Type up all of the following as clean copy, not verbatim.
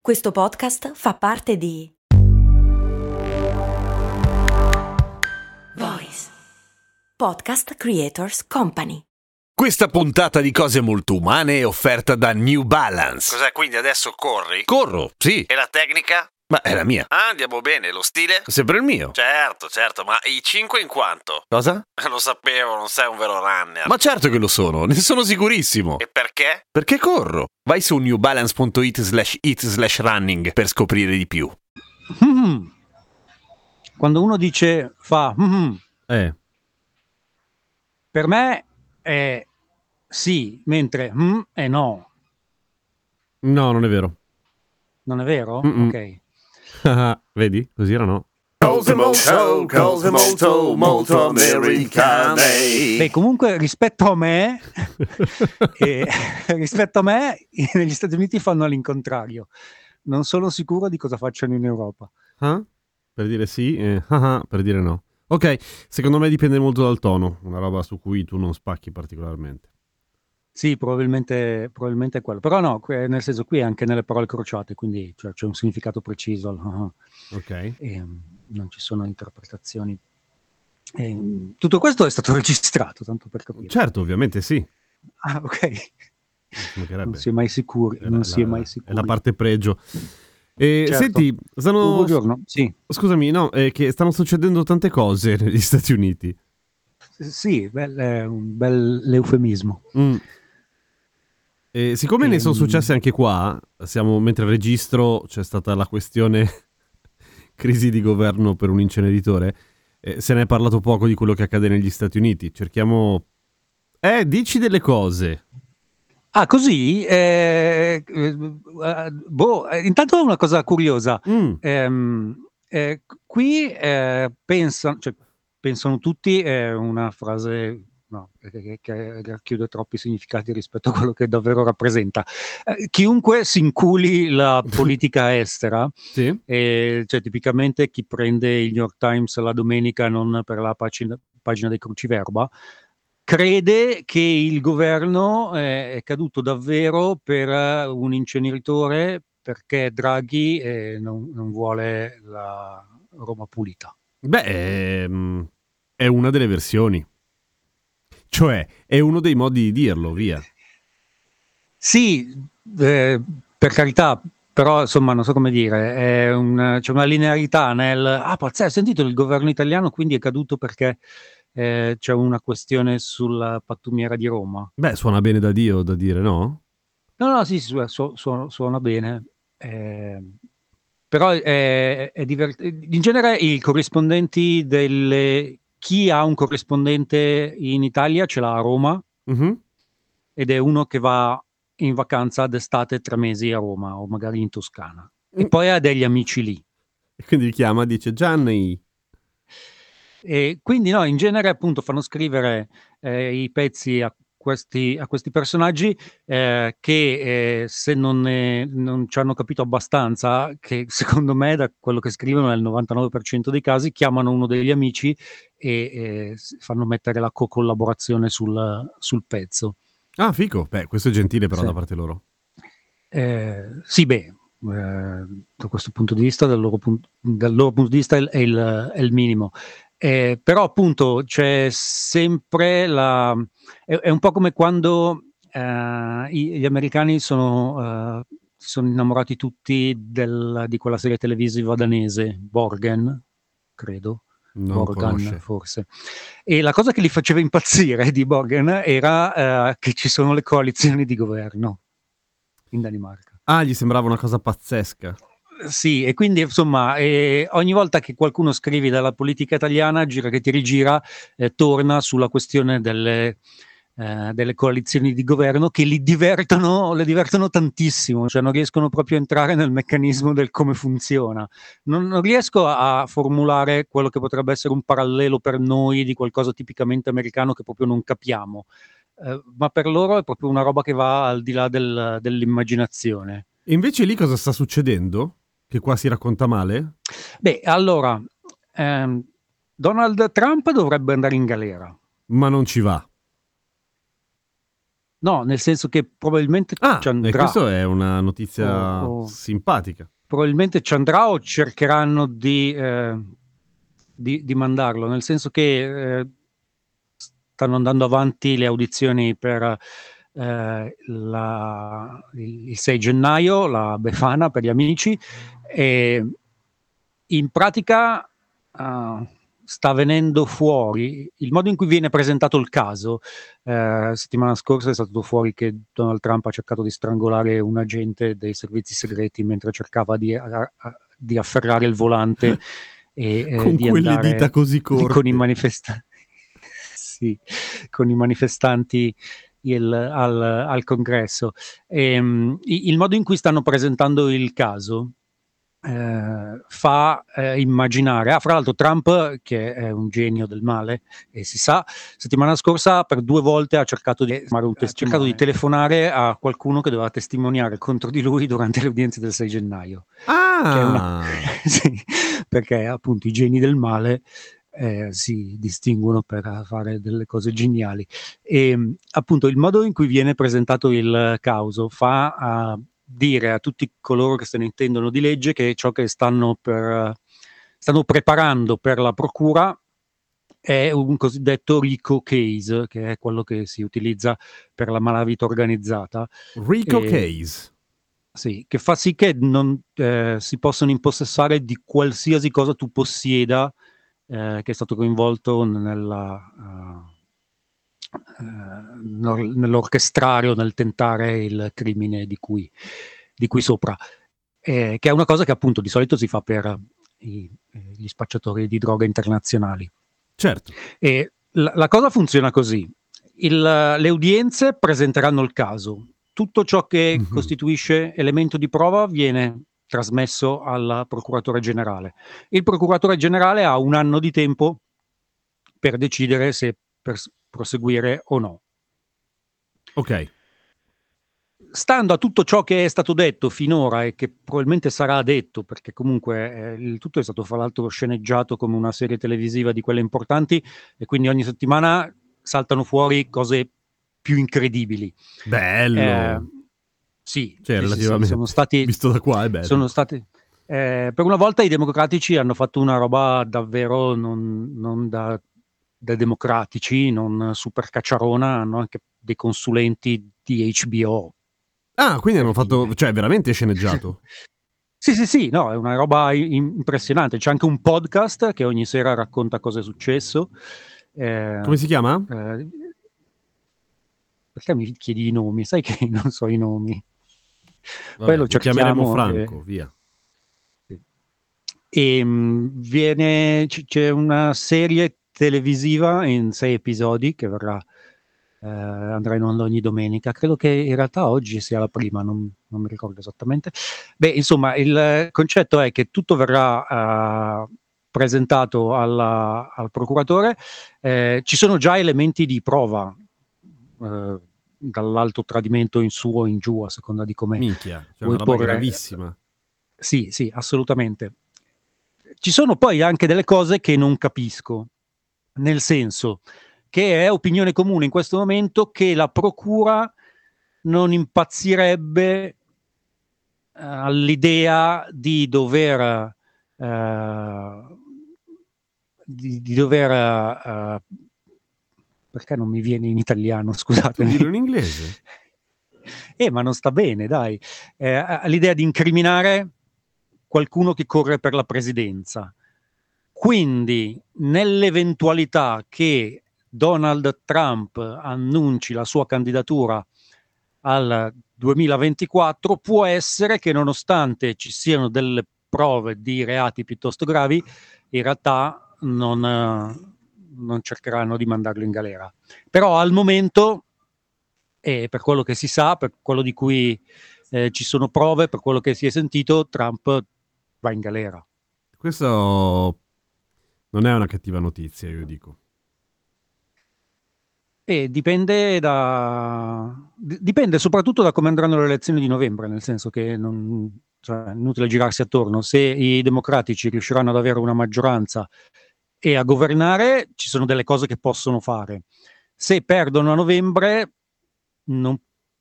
Questo podcast fa parte di Voice Podcast Creators Company. Questa puntata di Cose Molto Umane è offerta da New Balance. Cos'è, quindi adesso corri? Corro, sì. E la tecnica? Ma è la mia. Ah, andiamo bene. Lo stile? Sempre il mio. Certo, ma i 5 in quanto? Cosa? Lo sapevo, non sei un vero runner. Ma certo che lo sono, ne sono sicurissimo. E perché? Perché corro. Vai su newbalance.it/running per scoprire di più. Quando uno dice per me è sì, mentre è no. No, non è vero. Non è vero? Mm-mm. Ok. Vedi? Così era no. Cose molto americane. Beh, comunque rispetto a me negli Stati Uniti fanno l'incontrario. Non sono sicuro di cosa facciano in Europa. Per dire sì e per dire no. Ok, secondo me dipende molto dal tono, una roba su cui tu non spacchi particolarmente. Sì, probabilmente è quello. Però no, nel senso qui è anche nelle parole crociate, quindi cioè, c'è un significato preciso. Ok. E, non ci sono interpretazioni. Tutto questo è stato registrato, tanto per capire. Certo, ovviamente sì. Ah, ok. Non si è mai sicuri. È la parte pregio. Certo. Senti, Buongiorno, sì. Scusami, no, che stanno succedendo tante cose negli Stati Uniti. Sì, è un bel eufemismo. Siccome ne sono successe anche qua, mentre registro c'è stata la questione crisi di governo per un inceneritore, se ne è parlato poco di quello che accade negli Stati Uniti. Cerchiamo... dici delle cose. Ah, così? Intanto è una cosa curiosa. Qui pensano tutti, è una frase che racchiude troppi significati rispetto a quello che davvero rappresenta. Chiunque si inculi la politica estera, Sì. cioè tipicamente chi prende il New York Times la domenica non per la pagina dei cruciverba, crede che il governo è caduto davvero per un inceneritore perché Draghi non vuole la Roma pulita. Beh, è una delle versioni. Cioè, è uno dei modi di dirlo, via. Sì, per carità, però insomma non so come dire, c'è una linearità pazzesco, hai sentito il governo italiano quindi è caduto perché c'è una questione sulla pattumiera di Roma. Beh, suona bene da Dio da dire, no? No, sì, suona bene, però in genere i corrispondenti chi ha un corrispondente in Italia ce l'ha a Roma, ed è uno che va in vacanza d'estate 3 mesi a Roma o magari in Toscana e poi ha degli amici lì. E quindi chiama, dice Gianni. E quindi no, in genere appunto fanno scrivere i pezzi a questi personaggi che se non ci hanno capito abbastanza, che secondo me da quello che scrivono nel 99% dei casi, chiamano uno degli amici e fanno mettere la collaborazione sul pezzo. Ah, fico. Beh, questo è gentile però Sì. da parte loro. Sì, da questo punto di vista, dal loro punto di vista è il minimo. Però appunto c'è sempre è un po' come quando gli americani si sono innamorati tutti di quella serie televisiva danese, Borgen, credo. Non Borgen, conosce. forse. E la cosa che li faceva impazzire di Borgen era che ci sono le coalizioni di governo in Danimarca. Ah, gli sembrava una cosa pazzesca. Sì, e quindi insomma ogni volta che qualcuno scrive dalla politica italiana, gira che ti rigira, torna sulla questione delle coalizioni di governo che le divertono tantissimo, cioè non riescono proprio a entrare nel meccanismo del come funziona. Non riesco a formulare quello che potrebbe essere un parallelo per noi di qualcosa tipicamente americano che proprio non capiamo, ma per loro è proprio una roba che va al di là dell'immaginazione. E invece lì cosa sta succedendo? Che qua si racconta male? Beh, allora, Donald Trump dovrebbe andare in galera. Ma non ci va. No, nel senso che probabilmente ci E andrà. questa è una notizia simpatica. Probabilmente ci andrà o cercheranno di mandarlo, nel senso che stanno andando avanti le audizioni per il 6 gennaio, la Befana per gli amici, e in pratica sta venendo fuori il modo in cui viene presentato il caso. Settimana scorsa è stato fuori che Donald Trump ha cercato di strangolare un agente dei servizi segreti mentre cercava di afferrare il volante e con di quelle andare dita così corte con i manifestanti. Sì, con i manifestanti al congresso. Il modo in cui stanno presentando il caso fa immaginare, fra l'altro Trump, che è un genio del male e si sa, settimana scorsa per 2 volte ha cercato di telefonare a qualcuno che doveva testimoniare contro di lui durante le udienze del 6 gennaio. Sì, perché appunto i geni del male si distinguono per fare delle cose geniali. E appunto il modo in cui viene presentato il caso fa dire a tutti coloro che se ne intendono di legge che ciò che stanno preparando per la procura è un cosiddetto RICO case, che è quello che si utilizza per la malavita organizzata. RICO case. Sì, che fa sì che non si possano impossessare di qualsiasi cosa tu possieda che è stato coinvolto nell'orchestrare o nel tentare il crimine di cui sopra, che è una cosa che appunto di solito si fa per gli spacciatori di droga internazionali. Certo. E la cosa funziona così: le udienze presenteranno il caso, tutto ciò che costituisce elemento di prova viene trasmesso al procuratore generale. Il procuratore generale ha 1 anno di tempo per decidere se proseguire o no. Ok. Stando a tutto ciò che è stato detto finora e che probabilmente sarà detto, perché comunque il tutto è stato fra l'altro sceneggiato come una serie televisiva di quelle importanti e quindi ogni settimana saltano fuori cose più incredibili. Bello. Sì, relativamente. Sono stati, visto da qua è bello. Sono stati, per una volta i democratici hanno fatto una roba davvero non da democratici, non super cacciarona, hanno anche dei consulenti di HBO. Quindi hanno fatto, cioè veramente sceneggiato. Sì, no, è una roba impressionante. C'è anche un podcast che ogni sera racconta cosa è successo. Come si chiama? Perché mi chiedi i nomi? Sai che non so i nomi. Vabbè, Poi lo chiameremo Franco, via. E c'è una serie televisiva in 6 episodi che andrà in onda ogni domenica. Credo che in realtà oggi sia la prima, non mi ricordo esattamente. Beh, insomma, il concetto è che tutto verrà presentato al procuratore. Ci sono già elementi di prova dall'alto tradimento in su o in giù, a seconda di come minchia, cioè una roba gravissima. Sì, assolutamente. Ci sono poi anche delle cose che non capisco, nel senso che è opinione comune in questo momento che la procura non impazzirebbe all'idea di dover perché non mi viene in italiano, scusatemi. Dillo in inglese. Ma non sta bene, dai. L'idea di incriminare qualcuno che corre per la presidenza. Quindi, nell'eventualità che Donald Trump annunci la sua candidatura al 2024, può essere che nonostante ci siano delle prove di reati piuttosto gravi, in realtà non cercheranno di mandarlo in galera. Però al momento, per quello che si sa, per quello di cui ci sono prove, per quello che si è sentito, Trump va in galera. Questo non è una cattiva notizia, io dico. Dipende soprattutto da come andranno le elezioni di novembre, nel senso che è inutile girarsi attorno. Se i democratici riusciranno ad avere una maggioranza e a governare, ci sono delle cose che possono fare. Se perdono a novembre, non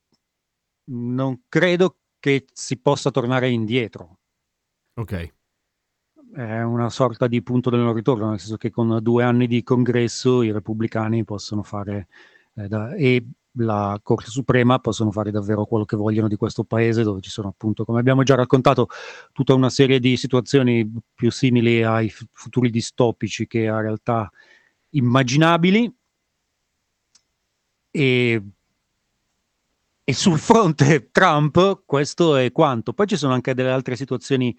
credo che si possa tornare indietro. Ok. È una sorta di punto del non ritorno, nel senso che con 2 anni di congresso i repubblicani possono fare e la Corte Suprema possono fare davvero quello che vogliono di questo paese, dove ci sono appunto, come abbiamo già raccontato, tutta una serie di situazioni più simili ai futuri distopici che a realtà immaginabili. E sul fronte Trump questo è quanto. Poi ci sono anche delle altre situazioni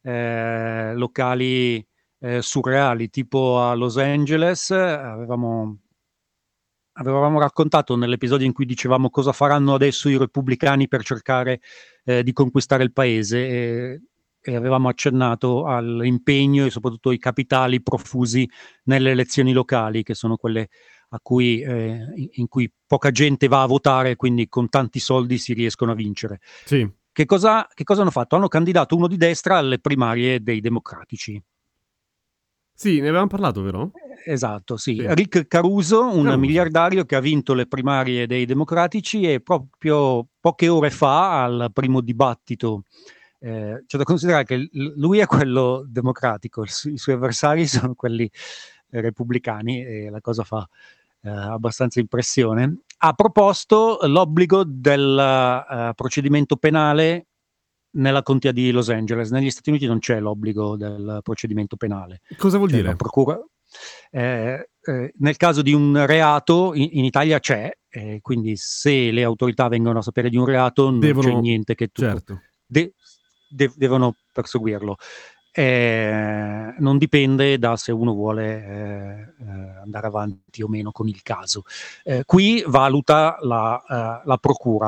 locali surreali, tipo a Los Angeles avevamo raccontato nell'episodio in cui dicevamo cosa faranno adesso i repubblicani per cercare di conquistare il paese, e avevamo accennato all'impegno e soprattutto ai capitali profusi nelle elezioni locali, che sono quelle a cui, in cui poca gente va a votare, quindi con tanti soldi si riescono a vincere. Sì. Che cosa hanno fatto? Hanno candidato uno di destra alle primarie dei democratici. Sì, ne avevamo parlato, vero? Esatto, sì. Sì. Rick Caruso, un Caruso. miliardario che ha vinto le primarie dei democratici, e proprio poche ore fa, al primo dibattito, c'è da considerare che lui è quello democratico, i suoi avversari sono quelli repubblicani, e la cosa fa abbastanza impressione. Ha proposto l'obbligo del procedimento penale nella contea di Los Angeles. Negli Stati Uniti non c'è l'obbligo del procedimento penale. Cosa vuol Cioè, dire? la procura, nel caso di un reato in Italia c'è, quindi se le autorità vengono a sapere di un reato non Devono- c'è niente che Certo. devono perseguirlo. Non dipende da se uno vuole andare avanti o meno con il caso. Qui valuta la procura.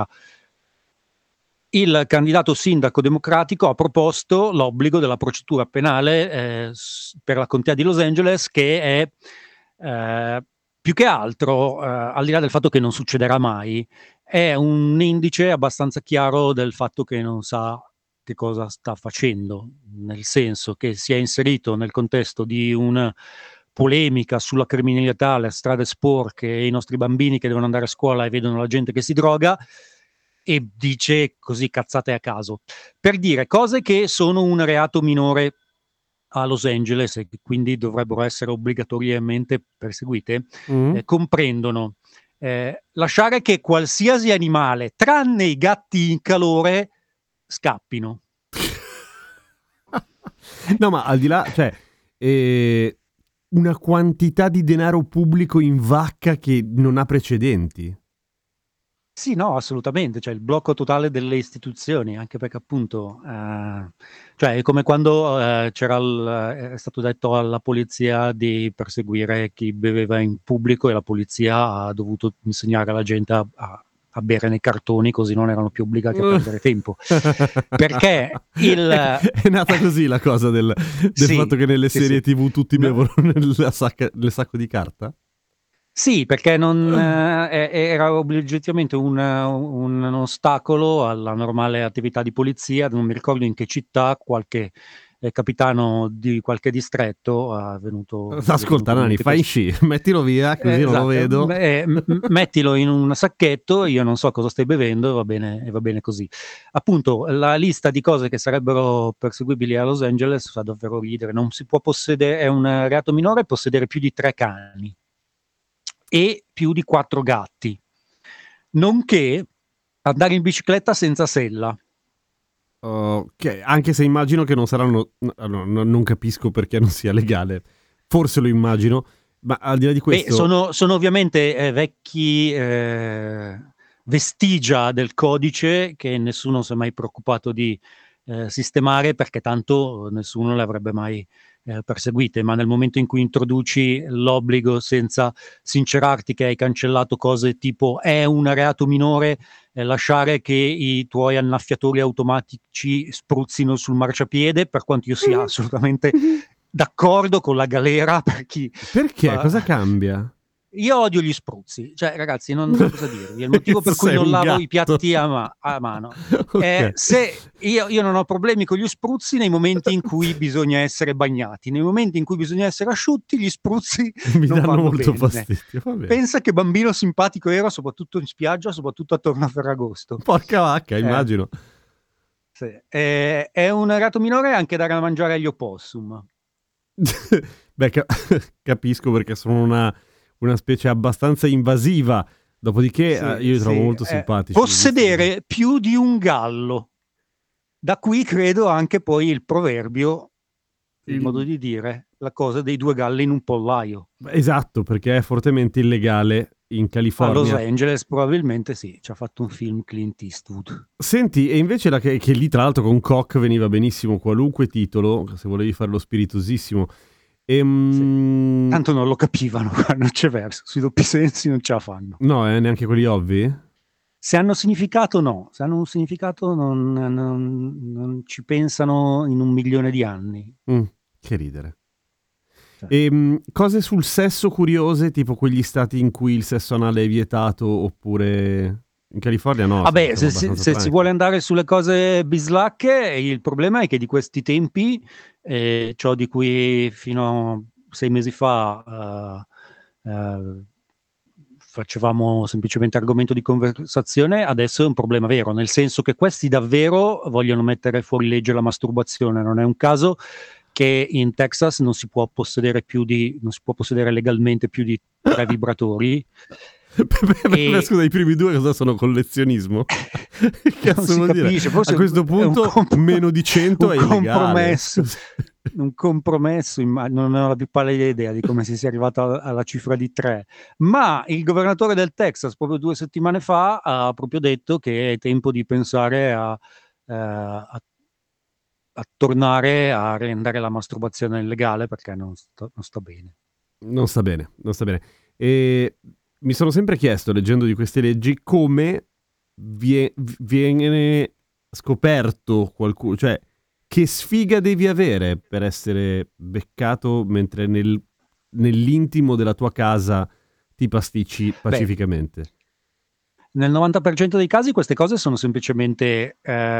Il candidato sindaco democratico ha proposto l'obbligo della procedura penale per la contea di Los Angeles, che è più che altro, al di là del fatto che non succederà mai, è un indice abbastanza chiaro del fatto che non sa che cosa sta facendo, nel senso che si è inserito nel contesto di una polemica sulla criminalità, le strade sporche e i nostri bambini che devono andare a scuola e vedono la gente che si droga, e dice così cazzate a caso, per dire cose che sono un reato minore a Los Angeles e che quindi dovrebbero essere obbligatoriamente perseguite. Comprendono lasciare che qualsiasi animale, tranne i gatti in calore, scappino. No, ma al di là, cioè, una quantità di denaro pubblico in vacca che non ha precedenti. Sì, no, assolutamente, cioè il blocco totale delle istituzioni, anche perché appunto, cioè è come quando è stato detto alla polizia di perseguire chi beveva in pubblico, e la polizia ha dovuto insegnare alla gente a bere nei cartoni, così non erano più obbligati a perdere tempo. Perché è nata così la cosa del Sì, fatto che nelle sì, serie sì. TV tutti No. bevono nel sacco di carta? Sì, perché non era oggettivamente un ostacolo alla normale attività di polizia. Non mi ricordo in che città, qualche capitano di qualche distretto è venuto. Ascolta, Nani, fai sci, mettilo via, così non lo vedo. Mettilo in un sacchetto, io non so cosa stai bevendo, e va bene così. Appunto, la lista di cose che sarebbero perseguibili a Los Angeles fa davvero ridere. Non si può possedere, è un reato minore possedere più di 3 cani e più di 4 gatti, nonché andare in bicicletta senza sella. Ok, anche se immagino che non saranno. Non capisco perché non sia legale. Forse lo immagino, ma al di là di questo. Sono ovviamente vecchi vestigia del codice che nessuno si è mai preoccupato di sistemare, perché tanto nessuno le avrebbe mai perseguite. Ma nel momento in cui introduci l'obbligo senza sincerarti che hai cancellato cose tipo è un reato minore lasciare che i tuoi annaffiatori automatici spruzzino sul marciapiede, per quanto io sia assolutamente d'accordo con la galera per chi Perché? Cosa cambia? io odio gli spruzzi, cioè ragazzi, non so cosa dirvi. Il motivo per cui Sei non un lavo i gatto. piatti a mano. Ok. Se io non ho problemi con gli spruzzi nei momenti in cui bisogna essere bagnati, nei momenti in cui bisogna essere asciutti, gli spruzzi Mi non danno vanno molto bene. fastidio. Va bene. Pensa che bambino simpatico ero, soprattutto in spiaggia, soprattutto attorno a Ferragosto. Porca vacca, immagino. Sì. È un reato minore anche dare da mangiare agli opossum. Beh, capisco, perché sono una specie abbastanza invasiva. Dopodiché io li trovo molto simpatici. Possedere più di un gallo. Da qui credo anche poi il proverbio, il modo di dire, la cosa dei 2 galli in un pollaio. Esatto, perché è fortemente illegale in A Los California. Angeles probabilmente sì, ci ha fatto un film Clint Eastwood. Senti, e invece che lì tra l'altro con Koch veniva benissimo qualunque titolo, se volevi fare lo spiritosissimo. Tanto non lo capivano, non c'è verso, sui doppi sensi non ce la fanno. No, neanche quelli ovvi? Se hanno significato no, se hanno un significato non ci pensano in 1 milione di anni. Che ridere. Cose sul sesso curiose, tipo quegli stati in cui il sesso anale è vietato, oppure in California no. Vabbè, se si vuole andare sulle cose bislacche, il problema è che di questi tempi, ciò di cui fino a 6 mesi fa facevamo semplicemente argomento di conversazione, adesso è un problema vero, nel senso che questi davvero vogliono mettere fuori legge la masturbazione. Non è un caso che in Texas non si può possedere legalmente più di 3 vibratori. Scusa, i primi 2 cosa sono? Collezionismo? Che non si capisce, forse a questo punto meno di 100 è illegale. Un compromesso, non ho la più pallida idea di come si sia arrivato alla cifra di 3, ma il governatore del Texas proprio 2 settimane fa ha proprio detto che è tempo di pensare a tornare a rendere la masturbazione illegale, perché non sta bene. Non sta bene. E mi sono sempre chiesto, leggendo di queste leggi, come viene scoperto qualcuno, cioè che sfiga devi avere per essere beccato mentre nell'intimo della tua casa ti pasticci pacificamente. Nel 90% dei casi queste cose sono semplicemente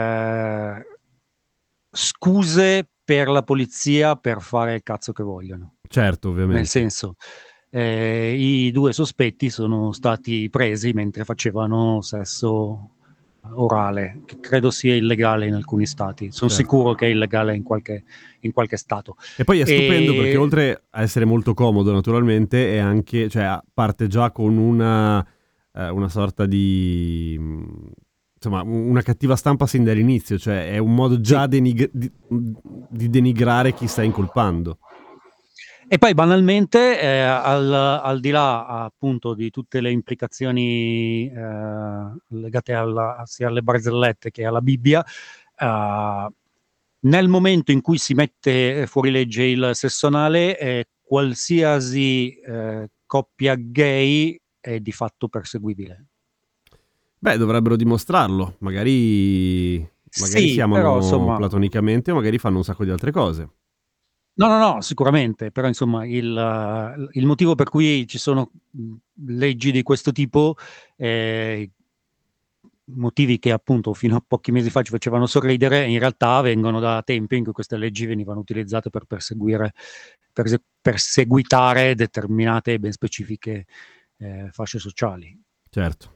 scuse per la polizia per fare il cazzo che vogliono. Certo, ovviamente. Nel senso, i 2 sospetti sono stati presi mentre facevano sesso orale, che credo sia illegale in alcuni stati. Sono sicuro che è illegale in qualche stato. E poi è stupendo perché oltre a essere molto comodo, naturalmente, è anche, cioè, parte già con una sorta di, insomma, una cattiva stampa sin dall'inizio, cioè è un modo già di denigrare chi sta incolpando. E poi banalmente, al di là appunto di tutte le implicazioni legate sia alle barzellette che alla Bibbia, nel momento in cui si mette fuori legge il sesso anale, qualsiasi coppia gay è di fatto perseguibile. Beh, dovrebbero dimostrarlo, magari Sì, si amano però, insomma, platonicamente, o magari fanno un sacco di altre cose. No, sicuramente, però insomma il motivo per cui ci sono leggi di questo tipo, motivi che appunto fino a pochi mesi fa ci facevano sorridere, in realtà vengono da tempi in cui queste leggi venivano utilizzate per perseguitare determinate ben specifiche fasce sociali. Certo.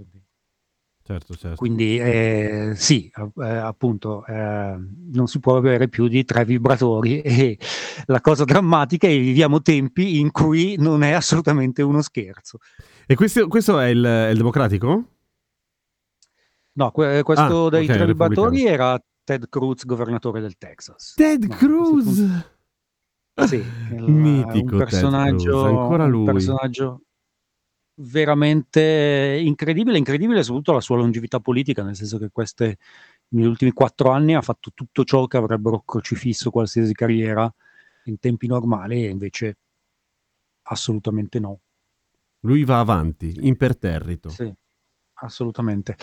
Quindi sì, appunto, non si può avere più di 3 vibratori, e la cosa drammatica è che viviamo tempi in cui non è assolutamente uno scherzo. E questo è il democratico? No, questo dei 3 vibratori repubblicano. era Ted Cruz, governatore del Texas. Cruz! Sì, Mitico un personaggio, Ted Cruz, ancora lui. Un personaggio veramente incredibile soprattutto la sua longevità politica, nel senso che negli ultimi 4 anni ha fatto tutto ciò che avrebbero crocifisso qualsiasi carriera in tempi normali, e invece assolutamente no. Lui va avanti, imperterrito. Sì, assolutamente.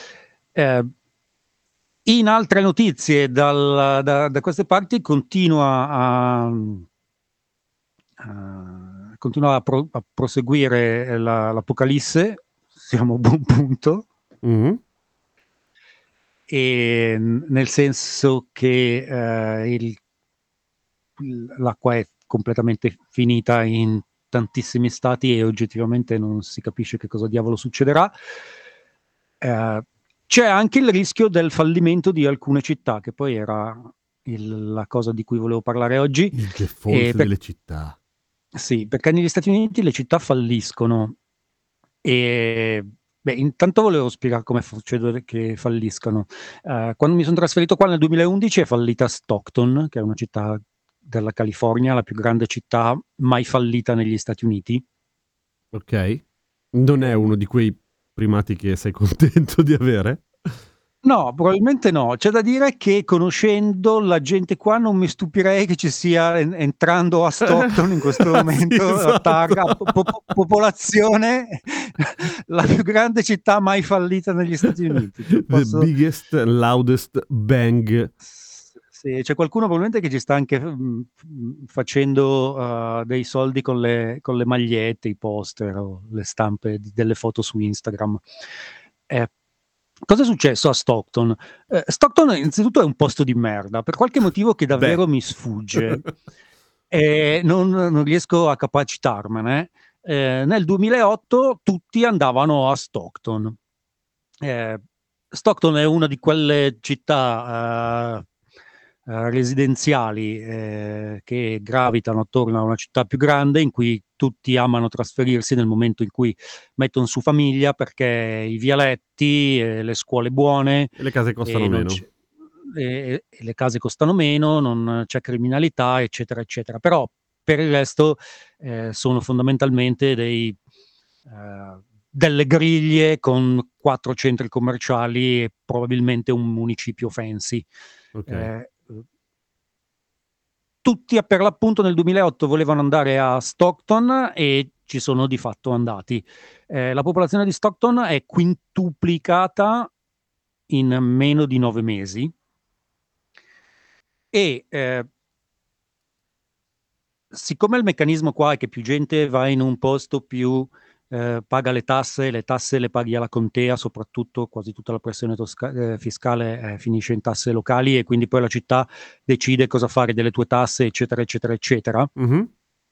In altre notizie da queste parti continua continua a proseguire l'Apocalisse, siamo a buon punto, Mhm. e nel senso che l'acqua è completamente finita in tantissimi stati e oggettivamente non si capisce che cosa diavolo succederà. C'è anche il rischio del fallimento di alcune città, che poi era la cosa di cui volevo parlare oggi. Il default delle città. Sì, perché negli Stati Uniti le città falliscono e intanto volevo spiegare come succede che falliscano. Quando mi sono trasferito qua nel 2011 è fallita Stockton, che è una città della California, la più grande città mai fallita negli Stati Uniti. Ok. Non è uno di quei primati che sei contento di avere? No, probabilmente no. C'è da dire che conoscendo la gente qua non mi stupirei che ci sia entrando a Stockton in questo momento Sì, esatto. la targa popolazione, la più grande città mai fallita negli Stati Uniti. The biggest, loudest bang. Sì, c'è qualcuno probabilmente che ci sta anche facendo dei soldi con le magliette, i poster o le stampe delle foto su Instagram. Cosa è successo a Stockton? Stockton innanzitutto è un posto di merda, per qualche motivo che davvero mi sfugge. Non riesco a capacitarmene. Nel 2008 tutti andavano a Stockton. Stockton è una di quelle città residenziali che gravitano attorno a una città più grande in cui tutti amano trasferirsi nel momento in cui mettono su famiglia, perché i vialetti, le scuole buone E le case costano meno. e le case costano meno, non c'è criminalità, eccetera, eccetera. Però per il resto sono fondamentalmente delle griglie con 4 centri commerciali e probabilmente un municipio fancy. Ok. Tutti per l'appunto nel 2008 volevano andare a Stockton e ci sono di fatto andati. La popolazione di Stockton è quintuplicata in meno di 9 mesi e siccome il meccanismo qua è che più gente va in un posto, più paga le tasse le paghi alla contea, soprattutto quasi tutta la pressione fiscale finisce in tasse locali e quindi poi la città decide cosa fare delle tue tasse, eccetera, eccetera, eccetera. Mhm.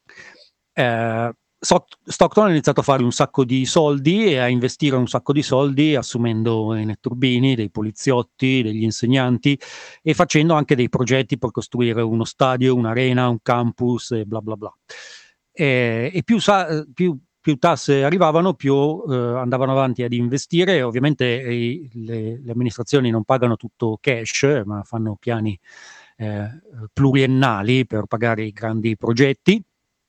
Stockton ha iniziato a fare un sacco di soldi e a investire un sacco di soldi assumendo i netturbini, dei poliziotti, degli insegnanti e facendo anche dei progetti per costruire uno stadio, un'arena, un campus e bla bla bla. E più tasse arrivavano, più andavano avanti ad investire e ovviamente le amministrazioni non pagano tutto cash, ma fanno piani pluriennali per pagare i grandi progetti.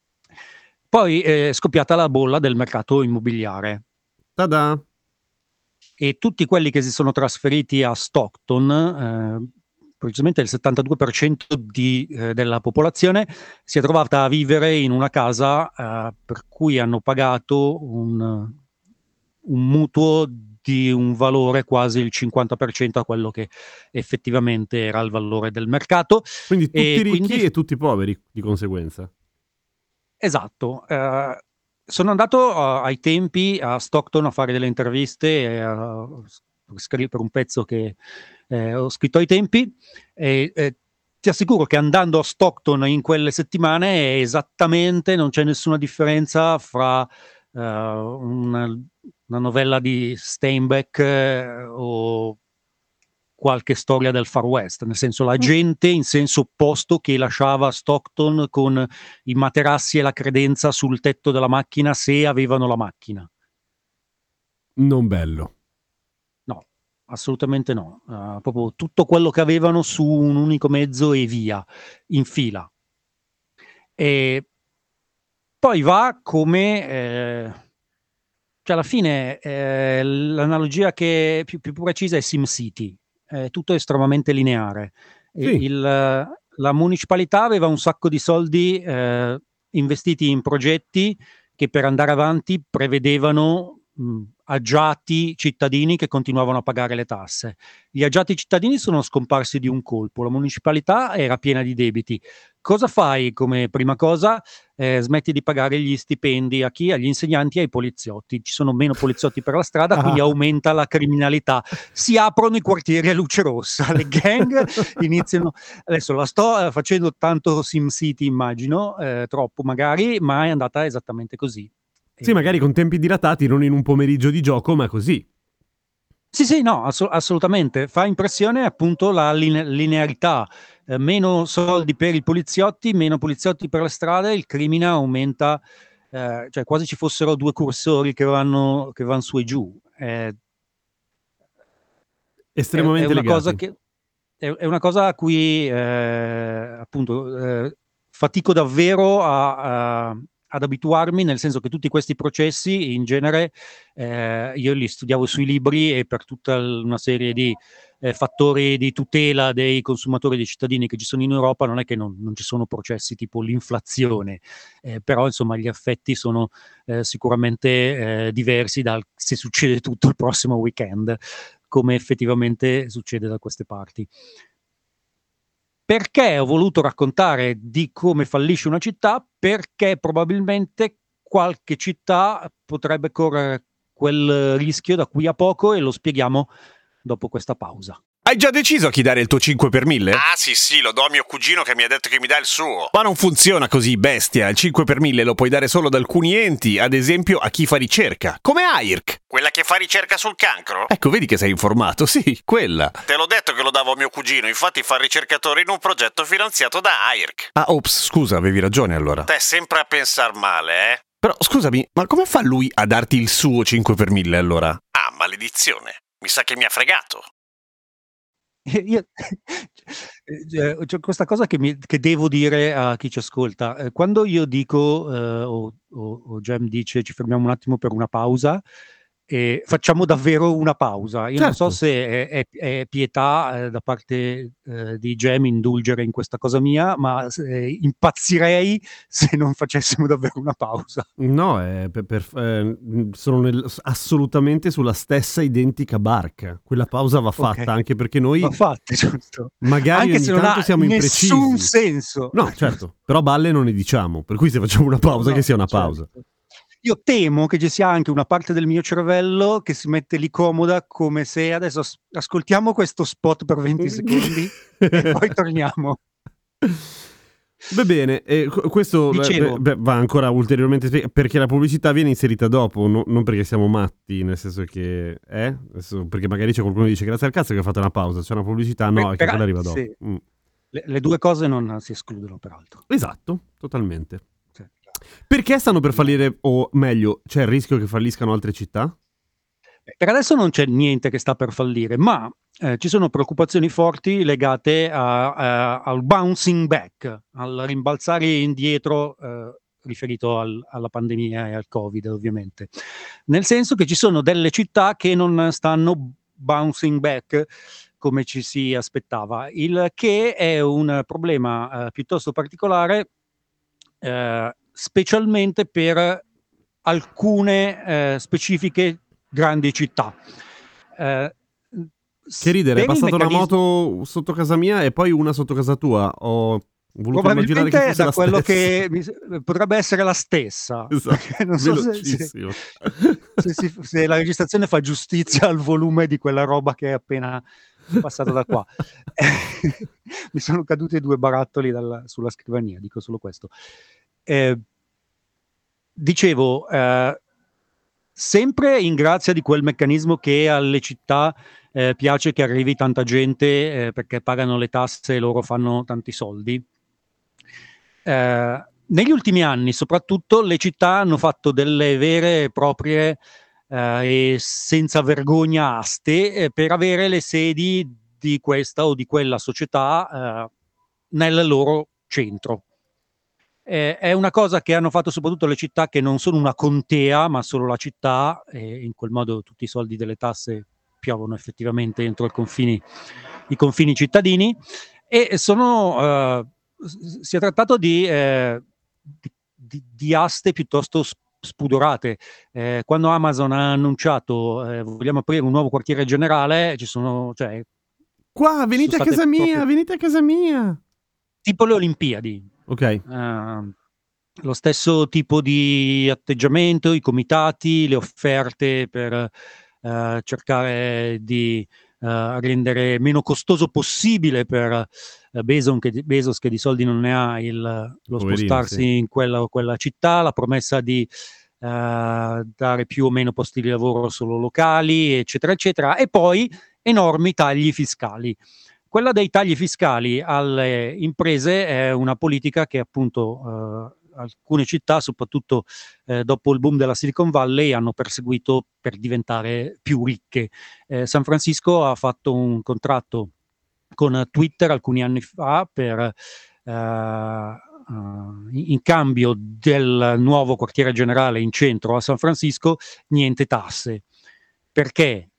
Poi è scoppiata la bolla del mercato immobiliare Ta-da! e tutti quelli che si sono trasferiti a Stockton, precisamente il 72% della popolazione, si è trovata a vivere in una casa per cui hanno pagato un mutuo di un valore quasi il 50% a quello che effettivamente era il valore del mercato. Quindi tutti E ricchi quindi e tutti poveri, di conseguenza. esatto, sono andato ai tempi a Stockton a fare delle interviste per un pezzo che ho scritto ai tempi e ti assicuro che andando a Stockton in quelle settimane esattamente non c'è nessuna differenza fra una novella di Steinbeck o qualche storia del Far West, nel senso la gente in senso opposto che lasciava Stockton con i materassi e la credenza sul tetto della macchina se avevano la macchina. Non bello. No, assolutamente no. Proprio tutto quello che avevano su un unico mezzo e via, in fila. E poi va come... cioè alla fine l'analogia che è più precisa è SimCity. Tutto è estremamente lineare. Sì. La municipalità aveva un sacco di soldi investiti in progetti che per andare avanti prevedevano agiati cittadini che continuavano a pagare le tasse. Gli agiati cittadini sono scomparsi di un colpo, la municipalità era piena di debiti. Cosa fai come prima cosa? Smetti di pagare gli stipendi a chi? Agli insegnanti e ai poliziotti. Ci sono meno poliziotti per la strada, quindi aumenta la criminalità. Si aprono i quartieri a luce rossa, le gang iniziano. Adesso la sto facendo tanto SimCity, immagino, troppo magari, ma è andata esattamente così. Sì, magari con tempi dilatati, non in un pomeriggio di gioco, ma così. Sì, no, assolutamente. Fa impressione appunto la linearità. Meno soldi per i poliziotti, meno poliziotti per le strade, il crimine aumenta, cioè quasi ci fossero due cursori che vanno su e giù. Estremamente è una legati. cosa che è una cosa a cui appunto fatico davvero ad abituarmi, nel senso che tutti questi processi in genere io li studiavo sui libri e per tutta una serie di fattori di tutela dei consumatori e dei cittadini che ci sono in Europa non è che non ci sono processi tipo l'inflazione, però insomma gli effetti sono sicuramente diversi dal se succede tutto il prossimo weekend, come effettivamente succede da queste parti. Perché ho voluto raccontare di come fallisce una città? Perché probabilmente qualche città potrebbe correre quel rischio da qui a poco e lo spieghiamo dopo questa pausa. Hai già deciso a chi dare il tuo 5 per 1000? Ah sì, lo do a mio cugino che mi ha detto che mi dà il suo. Ma non funziona così, bestia. Il 5 per 1000 lo puoi dare solo ad alcuni enti, ad esempio a chi fa ricerca, come AIRC. Quella che fa ricerca sul cancro? Ecco, vedi che sei informato, sì, quella. Te l'ho detto che lo davo a mio cugino, infatti fa ricercatore in un progetto finanziato da AIRC. Ah, ops, scusa, avevi ragione allora. Te sempre a pensar male, eh? Però, scusami, ma come fa lui a darti il suo 5 per 1000 allora? Ah, maledizione. Mi sa che mi ha fregato. Io c'è questa cosa che devo dire a chi ci ascolta. Quando io dico o Gem dice ci fermiamo un attimo per una pausa, facciamo davvero una pausa. Io non so Certo. se è pietà da parte di Gem indulgere in questa cosa mia, ma impazzirei se non facessimo davvero una pausa. No, sono assolutamente sulla stessa identica barca. Quella pausa va fatta, Okay. anche perché noi Va fatta, giusto. magari Anche ogni se non tanto ha siamo nessun imprecisi. senso. No, certo, però balle non ne diciamo, per cui se facciamo una pausa No, che sia una certo. pausa. Io temo che ci sia anche una parte del mio cervello che si mette lì comoda, come se adesso ascoltiamo questo spot per 20 secondi e poi torniamo. Va bene, questo Dicevo. va ancora ulteriormente spiegato, perché la pubblicità viene inserita dopo, non perché siamo matti, nel senso che adesso, perché magari c'è qualcuno che dice grazie al cazzo che ha fatto una pausa, c'è una pubblicità, no, è che quella arriva dopo. Sì. Le due cose non si escludono, peraltro. Esatto, totalmente. Sì. Perché stanno per fallire, o meglio, c'è il rischio che falliscano altre città? Per adesso non c'è niente che sta per fallire, ma ci sono preoccupazioni forti legate al bouncing back, al rimbalzare indietro, riferito alla pandemia e al Covid, ovviamente. Nel senso che ci sono delle città che non stanno bouncing back come ci si aspettava, il che è un problema piuttosto particolare, specialmente per alcune specifiche grandi città. Che ridere, è passata una moto sotto casa mia e poi una sotto casa tua. Ho voluto immaginare che fosse da la quello stessa. che potrebbe essere la stessa. Esatto, Non so velocissimo. se la registrazione fa giustizia al volume di quella roba che è appena passato da qua. Mi sono cadute 2 barattoli sulla scrivania, dico solo questo. Dicevo, sempre in grazia di quel meccanismo che alle città piace che arrivi tanta gente perché pagano le tasse e loro fanno tanti soldi. Negli ultimi anni, soprattutto, le città hanno fatto delle vere e proprie e senza vergogna aste per avere le sedi di questa o di quella società nel loro centro. È una cosa che hanno fatto soprattutto le città che non sono una contea, ma solo la città, e in quel modo tutti i soldi delle tasse piovono effettivamente entro i confini cittadini, e si è trattato di aste piuttosto spudorate. Quando Amazon ha annunciato vogliamo aprire un nuovo quartiere generale, ci sono, cioè, Qua, venite a sono state casa mia, proprio venite a casa mia. tipo le Olimpiadi. Ok. Lo stesso tipo di atteggiamento, i comitati, le offerte per cercare di rendere meno costoso possibile per Bezos, che di soldi non ne ha, lo Poverino, spostarsi sì. in quella città, la promessa di dare più o meno posti di lavoro solo locali, eccetera, eccetera, e poi enormi tagli fiscali. Quella dei tagli fiscali alle imprese è una politica che appunto alcune città, soprattutto dopo il boom della Silicon Valley, hanno perseguito per diventare più ricche. San Francisco ha fatto un contratto con Twitter alcuni anni fa per in cambio del nuovo quartiere generale in centro a San Francisco, niente tasse. Perché?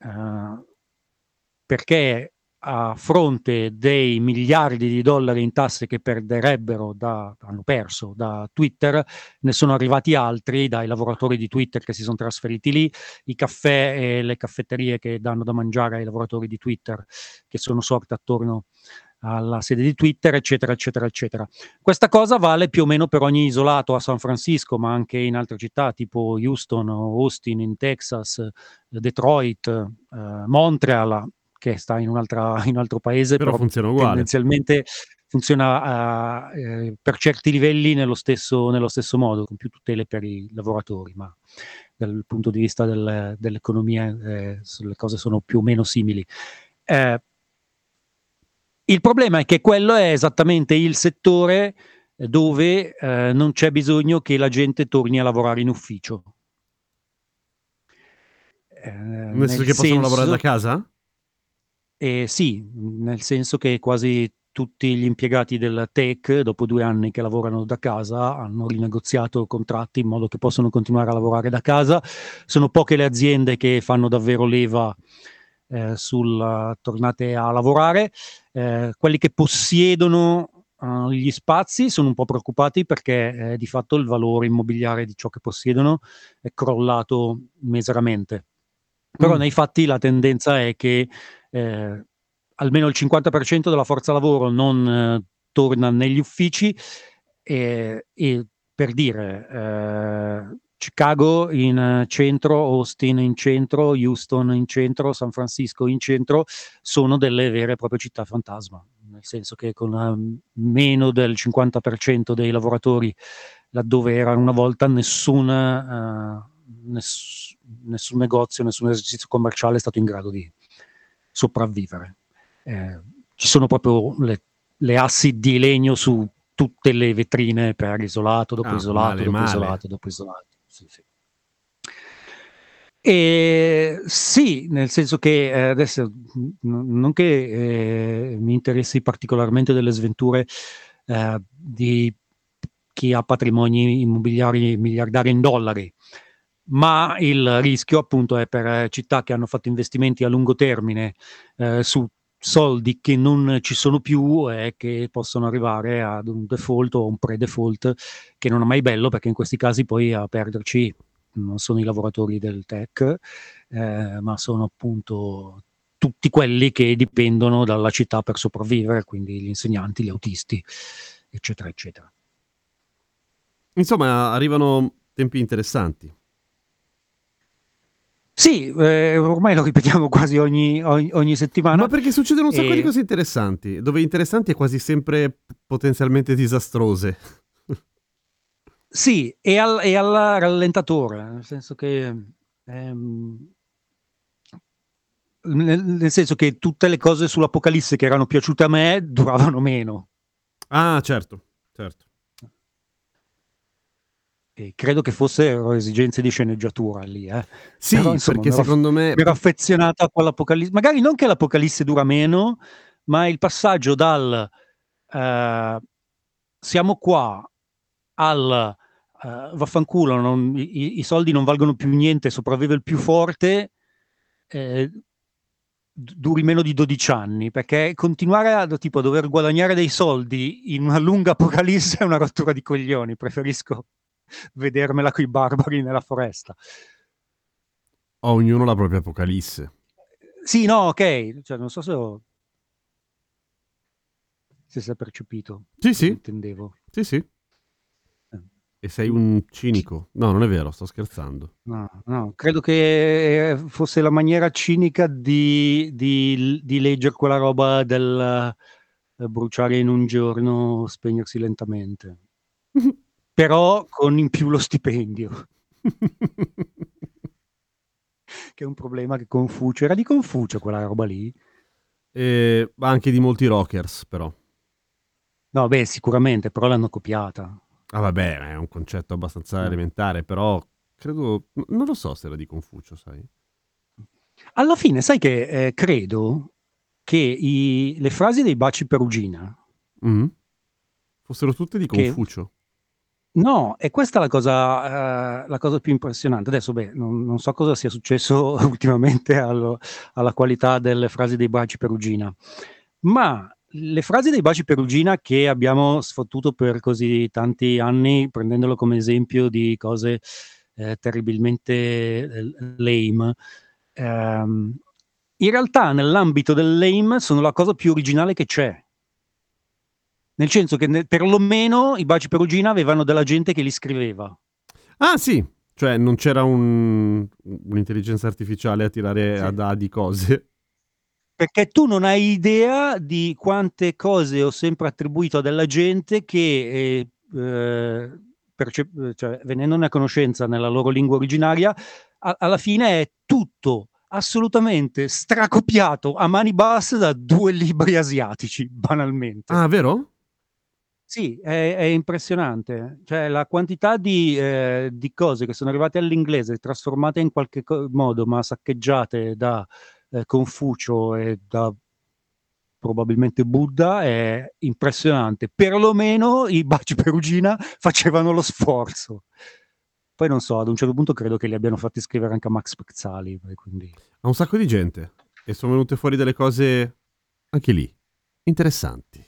Perché a fronte dei miliardi di dollari in tasse che hanno perso da Twitter, ne sono arrivati altri dai lavoratori di Twitter che si sono trasferiti lì, i caffè e le caffetterie che danno da mangiare ai lavoratori di Twitter che sono sorti attorno alla sede di Twitter, eccetera, eccetera, eccetera. Questa cosa vale più o meno per ogni isolato a San Francisco, ma anche in altre città tipo Houston o Austin in Texas, Detroit, Montreal, che sta in un altro paese, Però funziona uguale. tendenzialmente funziona per certi livelli nello stesso modo, con più tutele per i lavoratori, ma dal punto di vista dell'economia le cose sono più o meno simili. Il problema è che quello è esattamente il settore dove non c'è bisogno che la gente torni a lavorare in ufficio. Nel senso che possono lavorare da casa? Sì, nel senso che quasi tutti gli impiegati del tech, dopo 2 anni che lavorano da casa, hanno rinegoziato contratti in modo che possono continuare a lavorare da casa. Sono poche le aziende che fanno davvero leva sul tornate a lavorare. Quelli che possiedono gli spazi sono un po' preoccupati perché di fatto il valore immobiliare di ciò che possiedono è crollato miseramente. Però nei fatti la tendenza è che almeno il 50% della forza lavoro non torna negli uffici e per dire Chicago in centro, Austin in centro, Houston in centro, San Francisco in centro sono delle vere e proprie città fantasma, nel senso che con meno del 50% dei lavoratori laddove era una volta nessun negozio, nessun esercizio commerciale è stato in grado di sopravvivere. Ci sono proprio le assi di legno su tutte le vetrine per isolato dopo isolato, dopo isolato, dopo isolato. Sì, sì. E sì, nel senso che adesso non che mi interessi particolarmente delle sventure di chi ha patrimoni immobiliari miliardari in dollari, ma il rischio appunto è per città che hanno fatto investimenti a lungo termine su soldi che non ci sono più e che possono arrivare ad un default o un pre-default che non è mai bello, perché in questi casi poi a perderci non sono i lavoratori del tech, ma sono appunto tutti quelli che dipendono dalla città per sopravvivere, quindi gli insegnanti, gli autisti, eccetera, eccetera. Insomma, arrivano tempi interessanti. Sì, ormai lo ripetiamo quasi ogni settimana. Ma perché succedono un sacco di cose interessanti, dove interessanti e quasi sempre potenzialmente disastrose. Sì, e al rallentatore, nel senso che nel senso che tutte le cose sull'Apocalisse che erano piaciute a me duravano meno. Ah, certo, certo. E credo che fossero esigenze di sceneggiatura lì, Sì, però, insomma, perché secondo me mi ero affezionato a quell'Apocalisse, magari non che l'Apocalisse dura meno, ma il passaggio dal siamo qua al vaffanculo, i soldi non valgono più niente, sopravvive il più forte, duri meno di 12 anni, perché continuare a dover guadagnare dei soldi in una lunga apocalisse è una rottura di coglioni. Preferisco vedermela coi barbari nella foresta. Ognuno la propria apocalisse. Sì, no, ok, cioè, non so se si è percepito. Sì, cosa sì. intendevo. Sì. E sei un cinico. No, non è vero, sto scherzando. No, credo che fosse la maniera cinica di leggere quella roba del bruciare in un giorno, spegnersi lentamente. Però con in più lo stipendio. Che è un problema che Confucio... Era di Confucio quella roba lì? Ma anche di molti rockers, però. No, beh, sicuramente, però l'hanno copiata. Ah, vabbè, è un concetto abbastanza elementare, però credo... Non lo so se era di Confucio, sai? Alla fine, sai che credo che le frasi dei Baci Perugina... Fossero tutte di che Confucio. No, e questa è la cosa più impressionante. Adesso, non so cosa sia successo ultimamente alla qualità delle frasi dei Baci Perugina, ma le frasi dei Baci Perugina che abbiamo sfottuto per così tanti anni, prendendolo come esempio di cose terribilmente lame, in realtà nell'ambito del lame sono la cosa più originale che c'è. Nel senso che perlomeno i Baci Perugina avevano della gente che li scriveva. Ah, sì, cioè non c'era un'intelligenza artificiale a tirare a dadi cose. Perché tu non hai idea di quante cose ho sempre attribuito a della gente che, cioè, venendone a conoscenza nella loro lingua originaria, alla fine è tutto assolutamente stracopiato a mani basse da 2 libri asiatici, banalmente. Ah, vero? Sì, è impressionante. Cioè, la quantità di cose che sono arrivate all'inglese, trasformate in qualche modo, ma saccheggiate da Confucio e da probabilmente Buddha, è impressionante. Perlomeno i Baci Perugina facevano lo sforzo. Poi non so, ad un certo punto credo che li abbiano fatti scrivere anche a Max Pezzali. Quindi... A un sacco di gente. E sono venute fuori delle cose anche lì interessanti.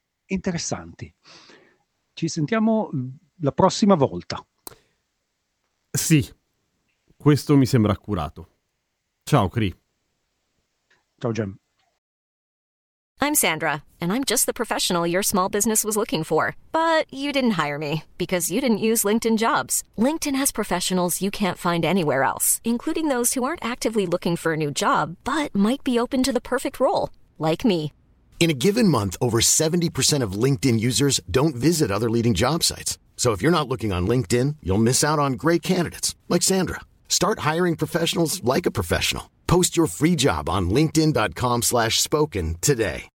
Ci sentiamo la prossima volta. Sì, questo mi sembra accurato. Ciao, Cri. Ciao, Gem. I'm Sandra, and I'm just the professional your small business was looking for. But you didn't hire me because you didn't use LinkedIn Jobs. LinkedIn has professionals you can't find anywhere else, including those who aren't actively looking for a new job, but might be open to the perfect role, like me. In a given month, over 70% of LinkedIn users don't visit other leading job sites. So if you're not looking on LinkedIn, you'll miss out on great candidates like Sandra. Start hiring professionals like a professional. Post your free job on linkedin.com/spoken today.